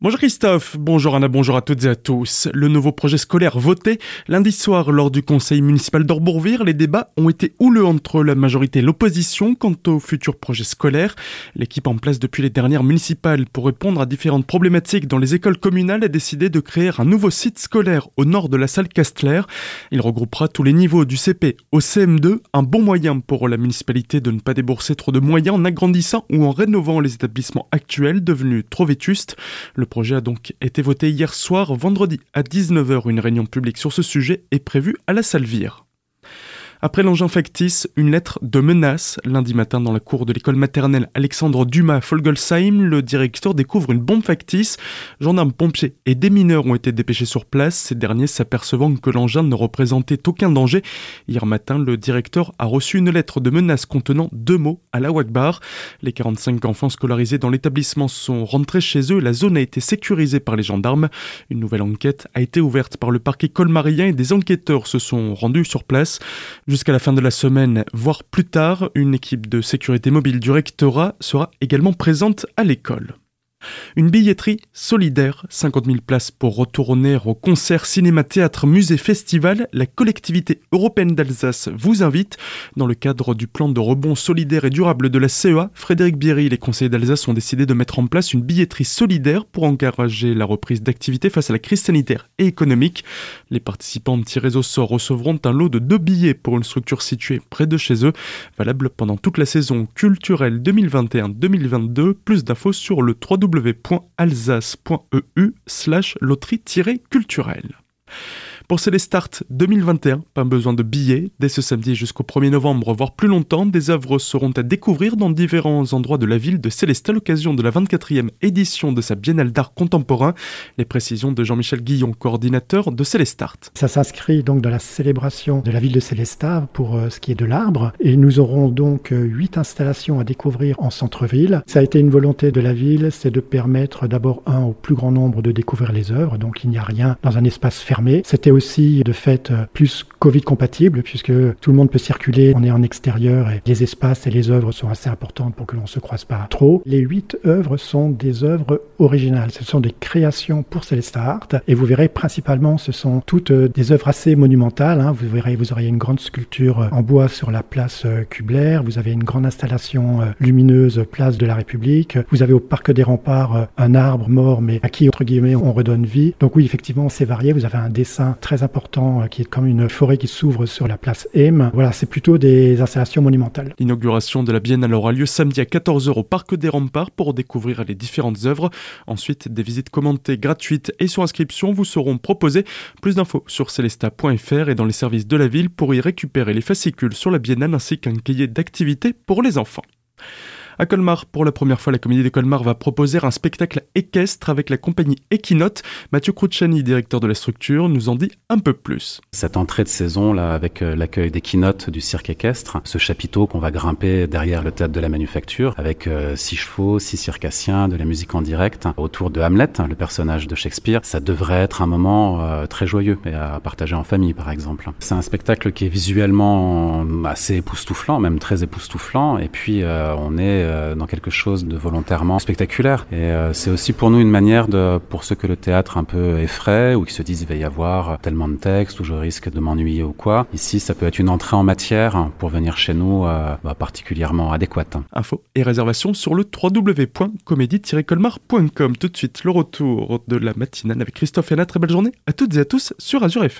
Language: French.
Bonjour Christophe, bonjour Anna, bonjour à toutes et à tous. Le nouveau projet scolaire voté lundi soir lors du conseil municipal d'Orbourvire, les débats ont été houleux entre la majorité et l'opposition quant au futur projet scolaire. L'équipe en place depuis les dernières municipales pour répondre à différentes problématiques dans les écoles communales a décidé de créer un nouveau site scolaire au nord de la salle Castler. Il regroupera tous les niveaux du CP au CM2, un bon moyen pour la municipalité de ne pas débourser trop de moyens en agrandissant ou en rénovant les établissements actuels devenus trop vétustes. Le projet a donc été voté hier soir, vendredi à 19h. Une réunion publique sur ce sujet est prévue à la Salvire. Après l'engin factice, une lettre de menace. Lundi matin, dans la cour de l'école maternelle Alexandre Dumas Folgolsheim, le directeur découvre une bombe factice. Gendarmes, pompiers et des mineurs ont été dépêchés sur place, ces derniers s'apercevant que l'engin ne représentait aucun danger. Hier matin, le directeur a reçu une lettre de menace contenant 2 mots à la Wakbar. Les 45 enfants scolarisés dans l'établissement sont rentrés chez eux et la zone a été sécurisée par les gendarmes. Une nouvelle enquête a été ouverte par le parquet colmarien et des enquêteurs se sont rendus sur place. Jusqu'à la fin de la semaine, voire plus tard, une équipe de sécurité mobile du rectorat sera également présente à l'école. Une billetterie solidaire, 50 000 places pour retourner au concert, cinéma, théâtre, musée, festival. La collectivité européenne d'Alsace vous invite. Dans le cadre du plan de rebond solidaire et durable de la CEA, Frédéric Bierry et les conseillers d'Alsace ont décidé de mettre en place une billetterie solidaire pour encourager la reprise d'activité face à la crise sanitaire et économique. Les participants tirés au sort recevront un lot de 2 billets pour une structure située près de chez eux, valable pendant toute la saison culturelle 2021-2022. Plus d'infos sur le www.alsace.eu/loterie-culturelle. Pour Célestart 2021, pas besoin de billets. Dès ce samedi jusqu'au 1er novembre, voire plus longtemps, des œuvres seront à découvrir dans différents endroits de la ville de Célestat à l'occasion de la 24e édition de sa Biennale d'art contemporain. Les précisions de Jean-Michel Guillon, coordinateur de Célestart. Ça s'inscrit donc dans la célébration de la ville de Célestat pour ce qui est de l'arbre. Et nous aurons donc 8 installations à découvrir en centre-ville. Ça a été une volonté de la ville, c'est de permettre d'abord au plus grand nombre de découvrir les œuvres. Donc il n'y a rien dans un espace fermé. C'était aussi de fait plus Covid compatible puisque tout le monde peut circuler, on est en extérieur et les espaces et les œuvres sont assez importantes pour que l'on ne se croise pas trop. Les 8 œuvres sont des œuvres originales, ce sont des créations pour Célestat Art et vous verrez principalement ce sont toutes des œuvres assez monumentales. Vous verrez, vous auriez une grande sculpture en bois sur la place Kubler, vous avez une grande installation lumineuse place de la République, vous avez au Parc des Remparts un arbre mort mais à qui entre guillemets on redonne vie. Donc oui, effectivement c'est varié, vous avez un dessin très important qui est comme une forêt qui s'ouvre sur la place M. Voilà, c'est plutôt des installations monumentales. L'inauguration de la Biennale aura lieu samedi à 14h au Parc des Remparts pour découvrir les différentes œuvres. Ensuite, des visites commentées gratuites et sur inscription vous seront proposées. Plus d'infos sur celesta.fr et dans les services de la ville pour y récupérer les fascicules sur la Biennale ainsi qu'un cahier d'activités pour les enfants. À Colmar, pour la première fois, la Comédie de Colmar va proposer un spectacle équestre avec la compagnie Equinote. Mathieu Cruciani, directeur de la structure, nous en dit un peu plus. Cette entrée de saison là, avec l'accueil d'Equinote du cirque équestre, ce chapiteau qu'on va grimper derrière le théâtre de la Manufacture, avec 6 chevaux, 6 circassiens, de la musique en direct, autour de Hamlet, le personnage de Shakespeare, ça devrait être un moment très joyeux et à partager en famille par exemple. C'est un spectacle qui est visuellement assez époustouflant, même très époustouflant, et puis on est dans quelque chose de volontairement spectaculaire. Et c'est aussi pour nous une manière pour ceux que le théâtre un peu effraie ou qui se disent il va y avoir tellement de textes ou je risque de m'ennuyer ou quoi. Ici, ça peut être une entrée en matière pour venir chez nous particulièrement adéquate. Infos et réservations sur le www.comédie-colmar.com. Tout de suite, le retour de la matinale avec Christophe et Anna. Très belle journée à toutes et à tous sur Azure FM.